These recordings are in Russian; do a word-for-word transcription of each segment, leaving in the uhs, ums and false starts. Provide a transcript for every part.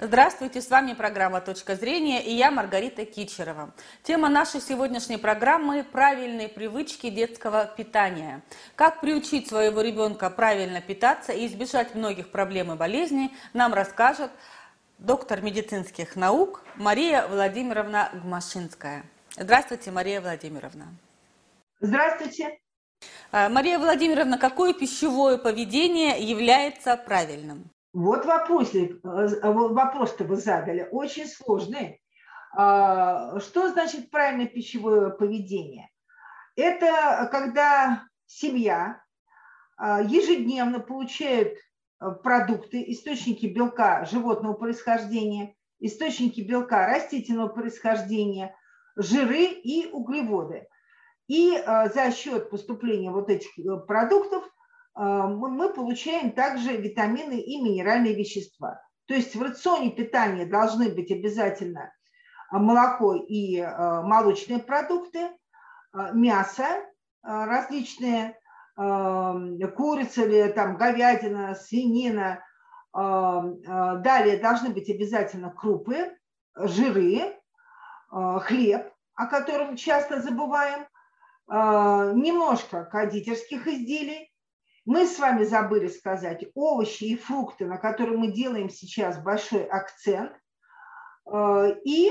Здравствуйте, с вами программа «Точка зрения» и я, Маргарита Кичерова. Тема нашей сегодняшней программы – правильные привычки детского питания. Как приучить своего ребенка правильно питаться и избежать многих проблем и болезней, нам расскажет доктор медицинских наук Мария Владимировна Гмашинская. Здравствуйте, Мария Владимировна. Здравствуйте. Мария Владимировна, какое пищевое поведение является правильным? Вот вопросик, вопрос-то вы задали, очень сложный. Что значит правильное пищевое поведение? Это когда семья ежедневно получает продукты, источники белка животного происхождения, источники белка растительного происхождения, жиры и углеводы. И за счет поступления вот этих продуктов мы получаем также витамины и минеральные вещества. То есть в рационе питания должны быть обязательно молоко и молочные продукты, мясо различные, курица или там говядина, свинина. Далее должны быть обязательно крупы, жиры, хлеб, о котором часто забываем, немножко кондитерских изделий. Мы с вами забыли сказать овощи и фрукты, на которые мы делаем сейчас большой акцент. И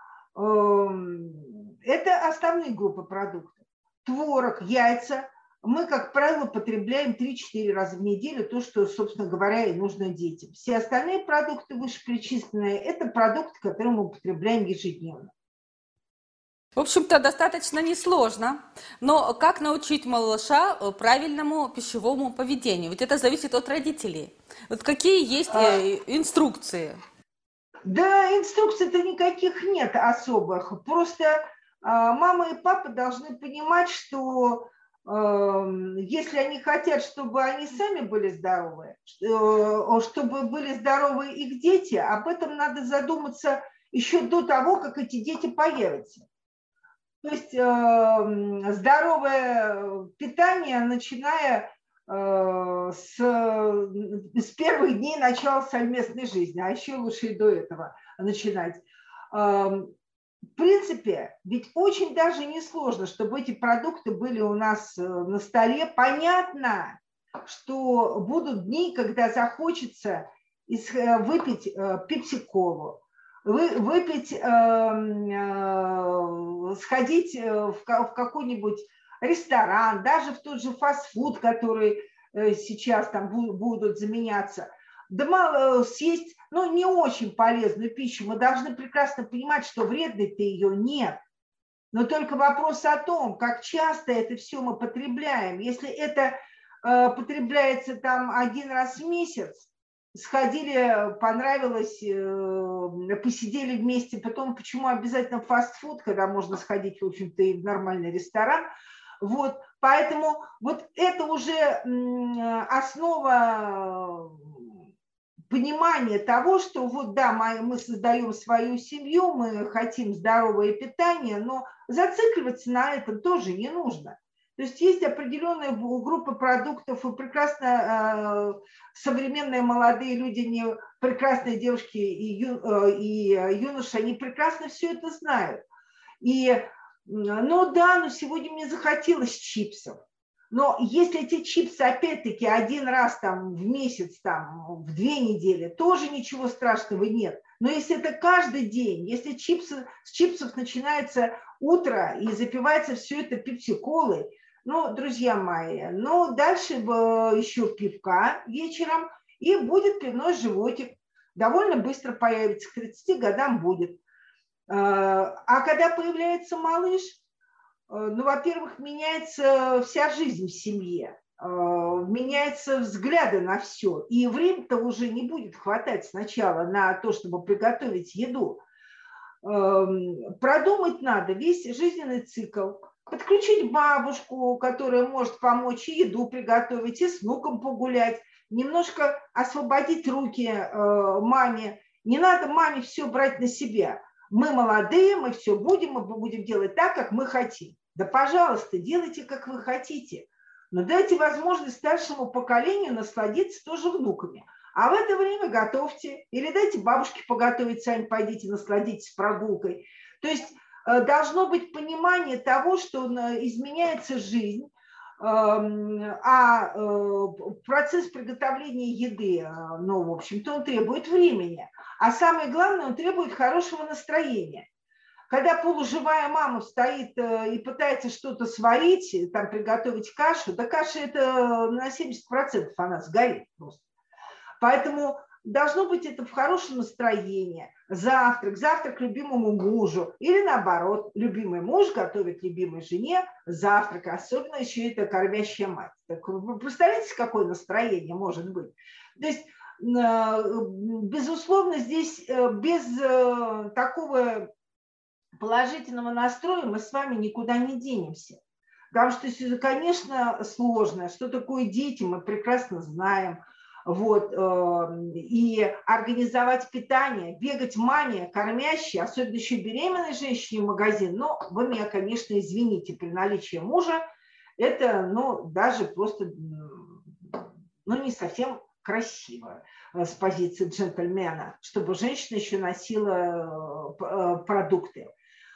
это основные группы продуктов. Творог, яйца. Мы, как правило, потребляем три-четыре раза в неделю, то, что, собственно говоря, и нужно детям. Все остальные продукты, вышеперечисленные, это продукты, которые мы употребляем ежедневно. В общем-то, достаточно несложно, но как научить малыша правильному пищевому поведению? Ведь это зависит от родителей. Вот какие есть а... инструкции? Да, инструкций-то никаких нет особых. Просто а, мама и папа должны понимать, что а, если они хотят, чтобы они сами были здоровы, что, чтобы были здоровы их дети, об этом надо задуматься еще до того, как эти дети появятся. То есть э, здоровое питание, начиная э, с, с первых дней начала совместной жизни, а еще лучше и до этого начинать. Э, в принципе, ведь очень даже несложно, чтобы эти продукты были у нас на столе. Понятно, что будут дни, когда захочется выпить пепси-колу, выпить, сходить в какой-нибудь ресторан, даже в тот же фастфуд, который сейчас там будут заменяться, да мало съесть, ну, не очень полезную пищу. Мы должны прекрасно понимать, что вредной-то ее нет. Но только вопрос о том, как часто это все мы потребляем. Если это потребляется там один раз в месяц, сходили, понравилось, посидели вместе, потом почему обязательно фастфуд, когда можно сходить, в общем-то, и в нормальный ресторан. Вот, поэтому вот это уже основа понимания того, что вот да, мы создаем свою семью, мы хотим здоровое питание, но зацикливаться на этом тоже не нужно. То есть есть определенная группа продуктов, и прекрасно э, современные молодые люди, не, прекрасные девушки и, ю, э, и юноши, они прекрасно все это знают. И, ну да, но сегодня мне захотелось чипсов. Но если эти чипсы, опять-таки, один раз там, в месяц, там, в две недели, тоже ничего страшного нет. Но если это каждый день, если чипсы, с чипсов начинается утро и запивается все это пепси-колой, ну, друзья мои, ну, дальше еще пивка вечером, и будет пивной животик. Довольно быстро появится, к тридцати годам будет. А когда появляется малыш, ну, во-первых, меняется вся жизнь в семье, меняются взгляды на все, и времени-то уже не будет хватать сначала на то, чтобы приготовить еду. Продумать надо весь жизненный цикл, подключить бабушку, которая может помочь и еду приготовить, и с внуком погулять, немножко освободить руки маме. Не надо маме все брать на себя. Мы молодые, мы все будем, мы будем делать так, как мы хотим. Да, пожалуйста, делайте, как вы хотите. Но дайте возможность старшему поколению насладиться тоже внуками. А в это время готовьте. Или дайте бабушке поготовить, сами пойдите, насладитесь прогулкой. То есть должно быть понимание того, что изменяется жизнь, а процесс приготовления еды, ну, в общем-то, он требует времени. А самое главное, он требует хорошего настроения. Когда полуживая мама стоит и пытается что-то сварить, там, приготовить кашу, да каша это на семьдесят процентов она сгорит просто. Поэтому должно быть это в хорошем настроении. Завтрак, завтрак любимому мужу. Или наоборот, любимый муж готовит любимой жене завтрак. Особенно еще это кормящая мать. Так вы представляете, какое настроение может быть? То есть, безусловно, здесь без такого положительного настроя мы с вами никуда не денемся. Потому что, конечно, сложно. Что такое дети, мы прекрасно знаем. Вот, и организовать питание, бегать маме, кормящей, особенно еще беременной женщине в магазин, но вы меня, конечно, извините, при наличии мужа, это, ну, даже просто, ну, не совсем красиво с позиции джентльмена, чтобы женщина еще носила продукты.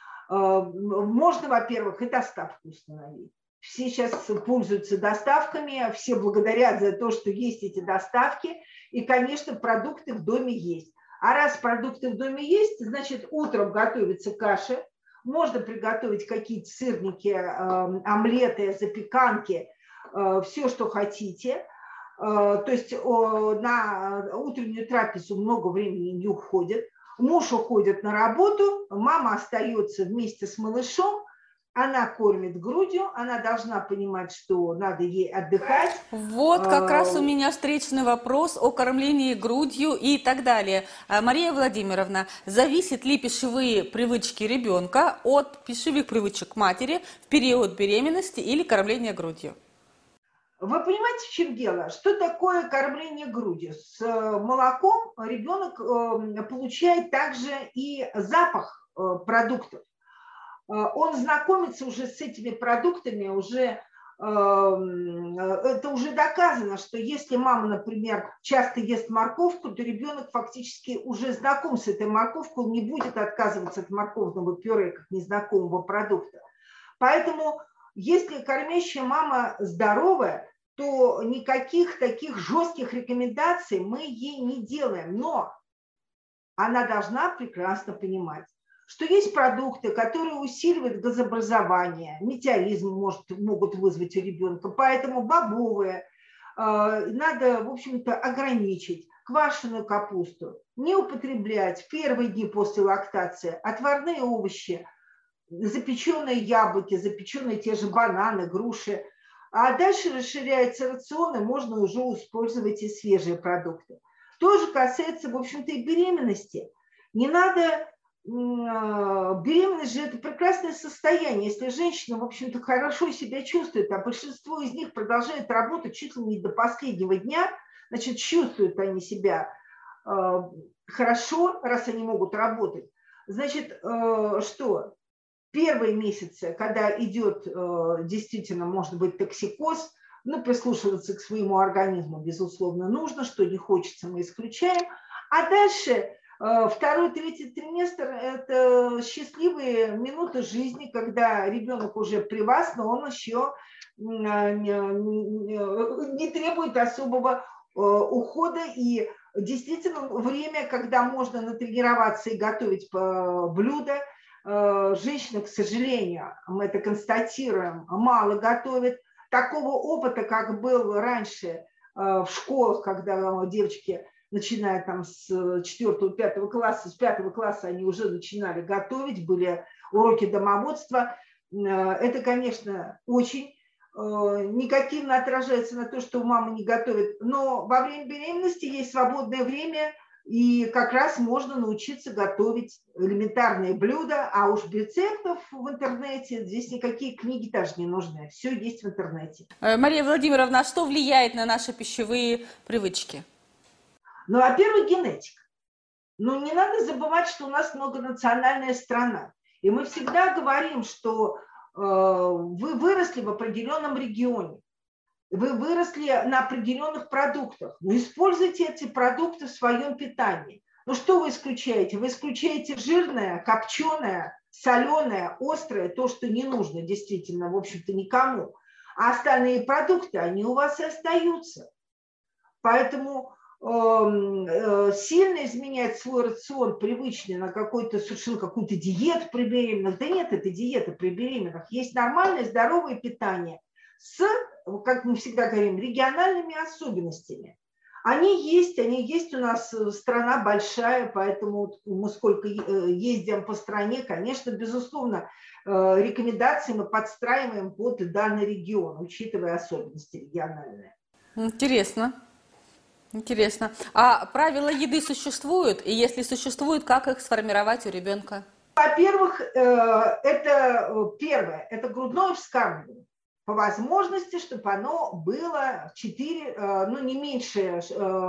Можно, во-первых, и доставку установить. Все сейчас пользуются доставками, все благодарят за то, что есть эти доставки, и, конечно, продукты в доме есть. А раз продукты в доме есть, значит, утром готовится каша, можно приготовить какие-то сырники, омлеты, запеканки, все, что хотите. То есть на утреннюю трапезу много времени не уходит. Муж уходит на работу, мама остается вместе с малышом, она кормит грудью, она должна понимать, что надо ей отдыхать. Вот как раз у меня встречный вопрос о кормлении грудью и так далее. Мария Владимировна, зависят ли пищевые привычки ребенка от пищевых привычек матери в период беременности или кормления грудью? Вы понимаете, в чем дело? Что такое кормление грудью? С молоком ребенок получает также и запах продуктов. Он знакомится уже с этими продуктами, уже, это уже доказано, что если мама, например, часто ест морковку, то ребенок фактически уже знаком с этой морковкой, он не будет отказываться от морковного пюре как незнакомого продукта. Поэтому, если кормящая мама здоровая, то никаких таких жестких рекомендаций мы ей не делаем. Но она должна прекрасно понимать, что есть продукты, которые усиливают газообразование, метеоризм может, могут вызвать у ребенка, поэтому бобовые э, надо, в общем-то, ограничить. Квашеную капусту не употреблять в первые дни после лактации, отварные овощи, запеченные яблоки, запеченные те же бананы, груши. А дальше расширяется рацион, и можно уже использовать и свежие продукты. То же касается, в общем-то, и беременности. Не надо... Беременность же это прекрасное состояние. Если женщина, в общем-то, хорошо себя чувствует, а большинство из них продолжает работать чуть ли не до последнего дня, значит, чувствуют они себя э, хорошо, раз они могут работать. Значит, э, что? Первые месяцы, когда идет э, действительно, может быть, токсикоз, ну, прислушиваться к своему организму, безусловно, нужно, что не хочется, мы исключаем. А дальше... Второй, третий триместр – это счастливые минуты жизни, когда ребенок уже при вас, но он еще не требует особого ухода. И действительно время, когда можно натренироваться и готовить блюда. Женщины, к сожалению, мы это констатируем, мало готовят. Такого опыта, как был раньше в школах, когда девочки... начиная там с четвёртого-пятого класса, с пятого класса они уже начинали готовить, были уроки домоводства. Это, конечно, очень негативно отражается на то, что мама не готовит. Но во время беременности есть свободное время, и как раз можно научиться готовить элементарные блюда, а уж рецептов в интернете, здесь никакие книги даже не нужны, все есть в интернете. Мария Владимировна, а что влияет на наши пищевые привычки? Ну, во-первых, генетика. Но не надо забывать, что у нас многонациональная страна. И мы всегда говорим, что э, вы выросли в определенном регионе. вы выросли на определенных продуктах. Ну, используйте эти продукты в своем питании. Ну, что вы исключаете? Вы исключаете жирное, копченое, соленое, острое, то, что не нужно действительно, в общем-то, никому. А остальные продукты, они у вас и остаются. Поэтому э, э, сильно изменять свой рацион привычный на какой-то совершенно какую-то диету при беременных. Да нет, это диета при беременных. Есть нормальное здоровое питание с, как мы всегда говорим, региональными особенностями. Они есть, они есть, у нас страна большая, поэтому мы сколько ездим по стране, конечно, безусловно, рекомендации мы подстраиваем под данный регион, учитывая особенности региональные. Интересно. Интересно. А правила еды существуют? И если существуют, как их сформировать у ребенка? Во-первых, это первое, это грудное вскармливание. По возможности, чтобы оно было четыре, ну не меньше,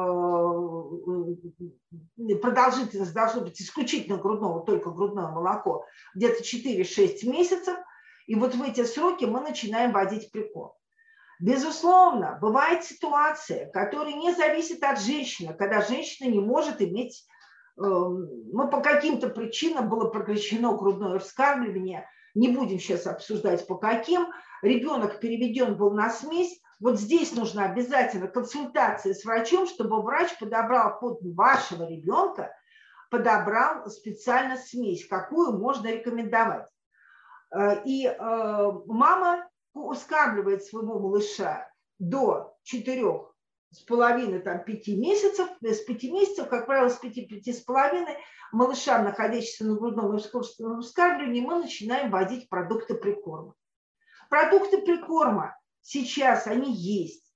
продолжительность должна быть исключительно грудного, только грудное молоко, где-то четыре-шесть месяцев. И вот в эти сроки мы начинаем вводить прикорм. Безусловно, бывает ситуация, которая не зависит от женщины, когда женщина не может иметь, ну, по каким-то причинам было прекращено грудное вскармливание, не будем сейчас обсуждать по каким, ребенок переведен был на смесь, вот здесь нужна обязательно консультация с врачом, чтобы врач подобрал под вашего ребенка, подобрал специально смесь, какую можно рекомендовать. И мама вскармливает своего малыша до четырех с половиной, там, пяти месяцев, с пяти месяцев, как правило, с пяти, пяти с половиной, малышам, находящимся на грудном вскармливании, мы начинаем вводить продукты прикорма. Продукты прикорма сейчас, они есть.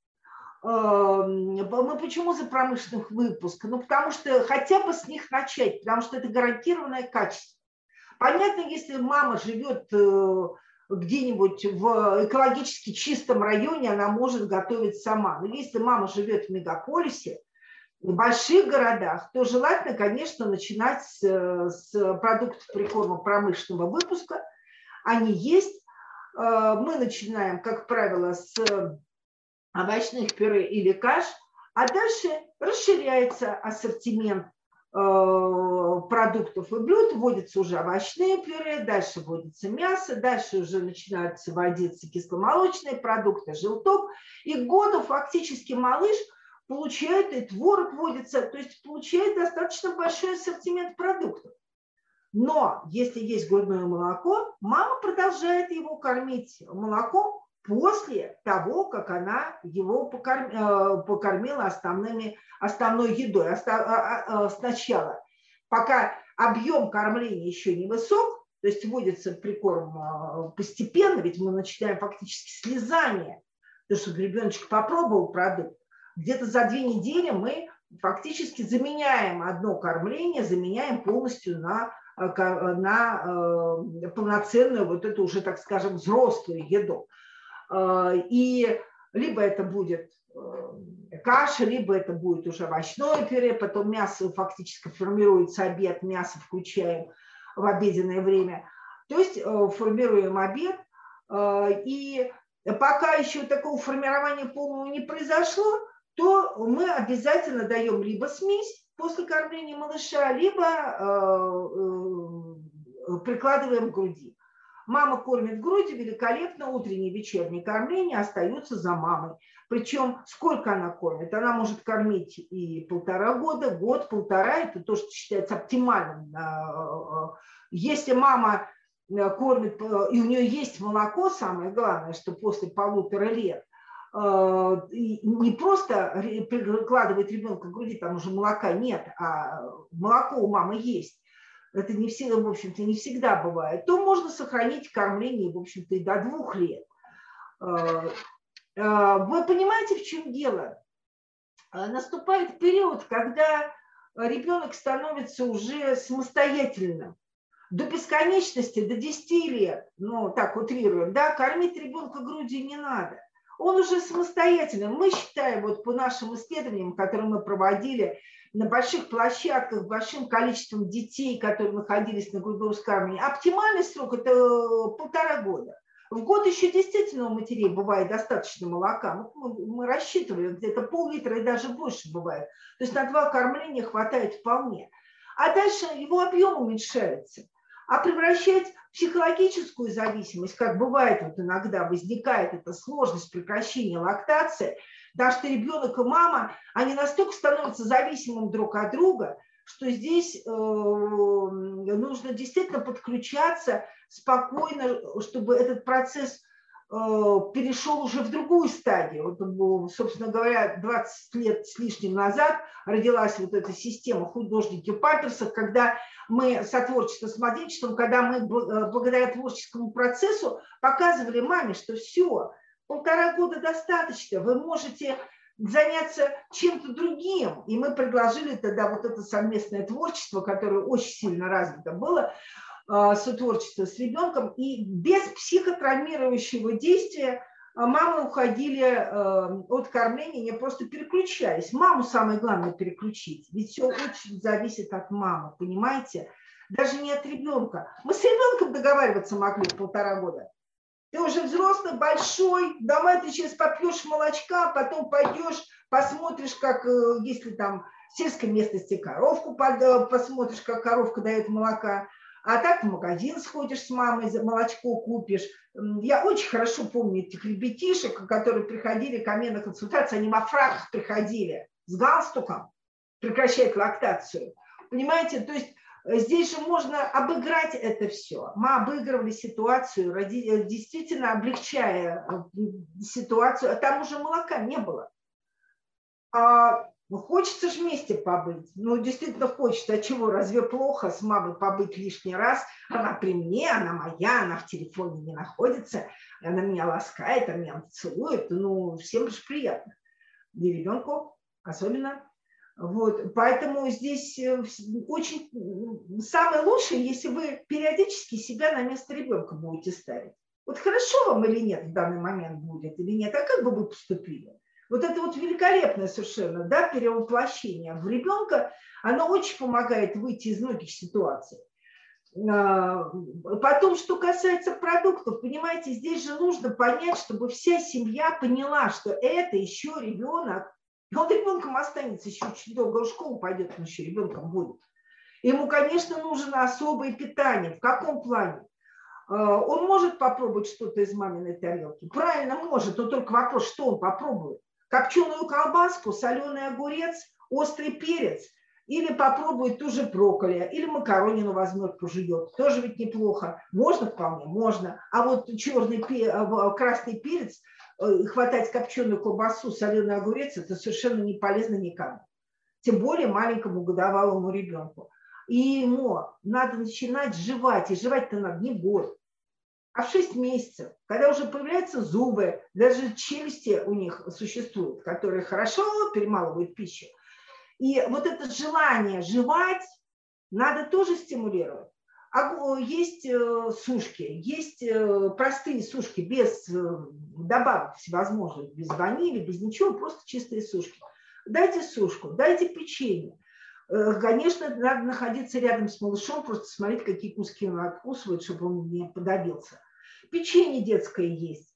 Мы почему за промышленных выпусков? Ну, потому что хотя бы с них начать, потому что это гарантированное качество. Понятно, если мама живет где-нибудь в экологически чистом районе, она может готовить сама. Но если мама живет в мегаполисе, в больших городах, то желательно, конечно, начинать с, с продуктов прикорма промышленного выпуска. Они есть. Мы начинаем, как правило, с овощных пюре или каш, а дальше расширяется ассортимент продуктов и блюд, вводятся уже овощные пюре, дальше вводится мясо, дальше уже начинаются вводиться кисломолочные продукты, желток, и к году фактически малыш получает, и творог вводится, то есть получает достаточно большой ассортимент продуктов. Но если есть грудное молоко, мама продолжает его кормить молоком после того, как она его покормила основными, основной едой. Сначала, пока объем кормления еще не высок, то есть вводится прикорм постепенно, ведь мы начинаем фактически слезание, потому что ребеночек попробовал продукт. Где-то за две недели мы фактически заменяем одно кормление, заменяем полностью на, на полноценную вот эту уже, так скажем, взрослую еду. И либо это будет каша, либо это будет уже овощное пюре, потом мясо фактически формируется обед, мясо включаем в обеденное время. То есть формируем обед, и пока еще такого формирования полного не произошло, то мы обязательно даем либо смесь после кормления малыша, либо прикладываем к груди. Мама кормит грудью великолепно, утреннее и вечернее кормление остаются за мамой. Причем сколько она кормит? Она может кормить и полтора года, год, полтора, это то, что считается оптимальным. Если мама кормит, и у нее есть молоко, самое главное, что после полутора лет, не просто прикладывает ребенка к груди, там уже молока нет, а молоко у мамы есть, это не всегда, в общем-то, не всегда бывает, то можно сохранить кормление, в общем-то, и до двух лет. Вы понимаете, в чем дело? Наступает период, когда ребенок становится уже самостоятельным. До бесконечности, до десяти лет, ну, так утрируем, да, кормить ребенка грудью не надо. Он уже самостоятельный. Мы считаем, вот по нашим исследованиям, которые мы проводили на больших площадках, большим количеством детей, которые находились на грудном вскармливании, оптимальный срок – это полтора года. В год еще действительно у матерей бывает достаточно молока. Мы, мы рассчитывали, где-то пол-литра и даже больше бывает. То есть на два кормления хватает вполне. А дальше его объем уменьшается. А превращать в психологическую зависимость, как бывает вот иногда, возникает эта сложность прекращения лактации, потому что ребенок и мама, они настолько становятся зависимым друг от друга, что здесь э, нужно действительно подключаться спокойно, чтобы этот процесс э, перешел уже в другую стадию. Вот, собственно говоря, двадцать лет с лишним назад родилась вот эта система художники Памперса, когда мы сотворчество с младенчеством, когда мы благодаря творческому процессу показывали маме, что все, полтора года достаточно, вы можете заняться чем-то другим. И мы предложили тогда вот это совместное творчество, которое очень сильно развито было, сотворчество с ребенком, и без психотравмирующего действия мамы уходили от кормления, не просто переключались. Маму самое главное переключить, ведь все очень зависит от мамы, понимаете? Даже не от ребенка. Мы с ребенком договариваться могли в полтора года. Ты уже взрослый, большой, давай ты сейчас попьешь молочка, потом пойдешь, посмотришь, как, если там в сельской местности коровку посмотришь, как коровка дает молока, а так в магазин сходишь с мамой, молочко купишь. Я очень хорошо помню этих ребятишек, которые приходили ко мне на консультацию, они во фраках приходили с галстуком прекращать лактацию. Понимаете, то есть здесь же можно обыграть это все. Мы обыгрывали ситуацию, действительно облегчая ситуацию, а там уже молока не было. А хочется же вместе побыть. Ну, действительно хочется. А чего? Разве плохо с мамой побыть лишний раз? Она при мне, она моя, она в телефоне не находится, она меня ласкает, она меня целует. Ну, всем же приятно. И ребенку особенно. Вот, поэтому здесь очень самое лучшее, если вы периодически себя на место ребенка будете ставить. Вот хорошо вам или нет в данный момент будет, или нет, а как бы вы поступили? Вот это вот великолепное совершенно, да, перевоплощение в ребенка, оно очень помогает выйти из многих ситуаций. Потом, что касается продуктов, понимаете, здесь же нужно понять, чтобы вся семья поняла, что это еще ребенок. Он ребенком останется еще очень долго, в школу пойдет, он еще ребенком будет. Ему, конечно, нужно особое питание. В каком плане? Он может попробовать что-то из маминой тарелки? Правильно, может, но только вопрос, что он попробует? Копченую колбаску, соленый огурец, острый перец? Или попробует ту же брокколи, или макаронину возьмет, пожует. Тоже ведь неплохо. Можно вполне? Можно. А вот черный, красный перец, хватать копченую колбасу, соленый огурец, это совершенно не полезно никому. Тем более маленькому годовалому ребенку. И ему надо начинать жевать. И жевать-то надо не год, а в шесть месяцев. Когда уже появляются зубы, даже челюсти у них существуют, которые хорошо перемалывают пищу. И вот это желание жевать надо тоже стимулировать. Есть сушки, есть простые сушки без добавок всевозможных, без ванили, без ничего, просто чистые сушки. Дайте сушку, дайте печенье. Конечно, надо находиться рядом с малышом, просто смотреть, какие куски он откусывает, чтобы он не подавился. Печенье детское есть.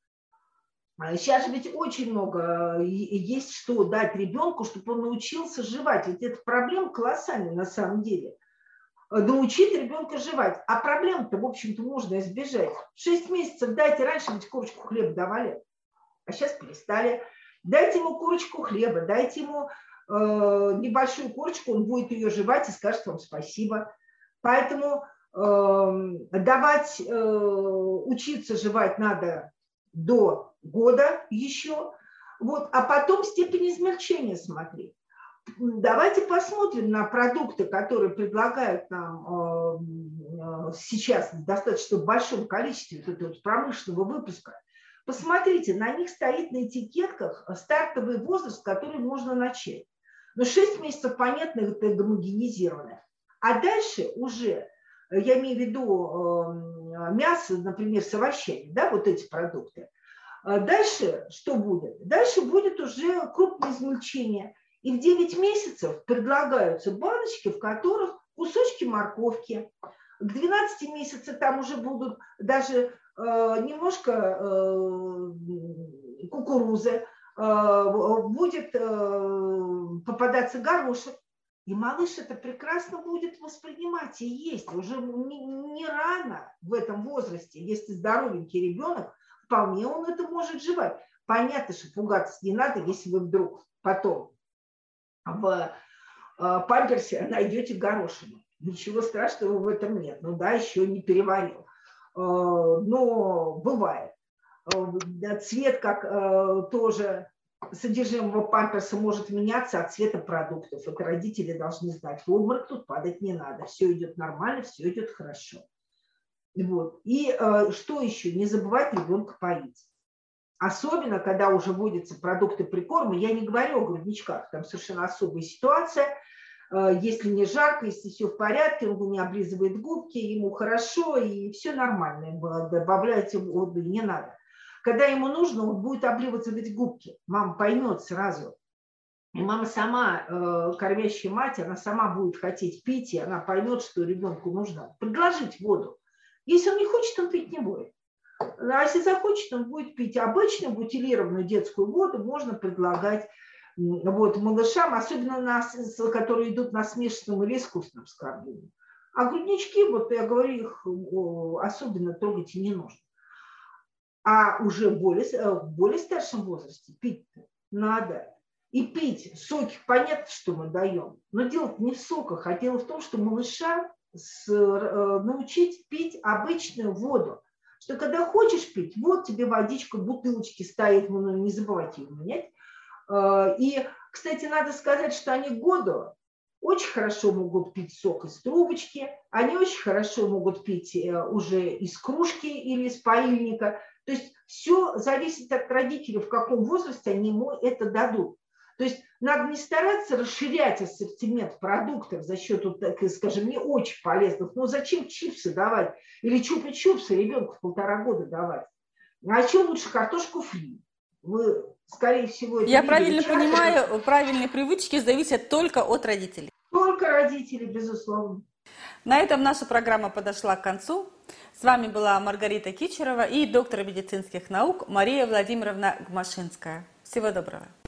Сейчас же ведь очень много есть, что дать ребенку, чтобы он научился жевать. Ведь это проблема колоссальная на самом деле. Научить ребенка жевать. А проблем-то, в общем-то, можно избежать. Шесть месяцев дайте, раньше ведь корочку хлеба давали, а сейчас перестали. Дайте ему корочку хлеба, дайте ему э, небольшую корочку, он будет ее жевать и скажет вам спасибо. Поэтому э, давать, э, учиться жевать надо до года еще, вот, а потом степень измельчения смотреть. Давайте посмотрим на продукты, которые предлагают нам э, сейчас в достаточно большом количестве вот этого промышленного выпуска. Посмотрите, на них стоит на этикетках стартовый возраст, который можно начать. Но шесть месяцев, понятно, это гомогенизированное. А дальше уже, я имею в виду э, мясо, например, с овощами, да, вот эти продукты. Дальше что будет? Дальше будет уже крупное измельчение. И в девять месяцев предлагаются баночки, в которых кусочки морковки. К двенадцати месяцам там уже будут даже немножко кукурузы, будет попадаться горошек, и малыш это прекрасно будет воспринимать и есть. Уже не, не рано в этом возрасте, если здоровенький ребенок, вполне он это может жевать. Понятно, что пугаться не надо, если вы вдруг потом в памперсе найдете горошину. Ничего страшного в этом нет. Ну да, еще не переварил. Но бывает. Цвет как тоже содержимого памперса может меняться от цвета продуктов. Это родители должны знать. В обморок тут падать не надо. Все идет нормально, все идет хорошо. Вот. И что еще? Не забывать ребенка поить. Особенно, когда уже вводятся продукты прикорма. Я не говорю о грудничках. Там совершенно особая ситуация. Если не жарко, если все в порядке, он не облизывает губки, ему хорошо, и все нормально. Добавлять воду не надо. Когда ему нужно, он будет обливаться эти губки. Мама поймет сразу. И мама сама, кормящая мать, она сама будет хотеть пить, и она поймет, что ребенку нужно предложить воду. Если он не хочет, он пить не будет. А если захочет, он будет пить обычную бутилированную детскую воду, можно предлагать вот, малышам, особенно на, которые идут на смешанном или искусственном вскармливании. А груднички, вот я говорю, их особенно трогать и не нужно. А уже в более, в более старшем возрасте пить надо. И пить соки, понятно, что мы даем, но дело не в соках, а дело в том, что малыша с, научить пить обычную воду. Что когда хочешь пить, вот тебе водичка в бутылочке стоит, ну, не забывайте ее менять. И, кстати, надо сказать, что они к году очень хорошо могут пить сок из трубочки, они очень хорошо могут пить уже из кружки или из поильника. То есть все зависит от родителей, в каком возрасте они ему это дадут. То есть надо не стараться расширять ассортимент продуктов за счет, скажем, не очень полезных. Но зачем чипсы давать или чупа-чупсы ребенку в полтора года давать? А еще лучше картошку фри. Вы, скорее всего, это Я видели правильно часто. понимаю, правильные привычки зависят только от родителей. Только родители, безусловно. На этом наша программа подошла к концу. С вами была Маргарита Кичерова и доктор медицинских наук Мария Владимировна Гмашинская. Всего доброго.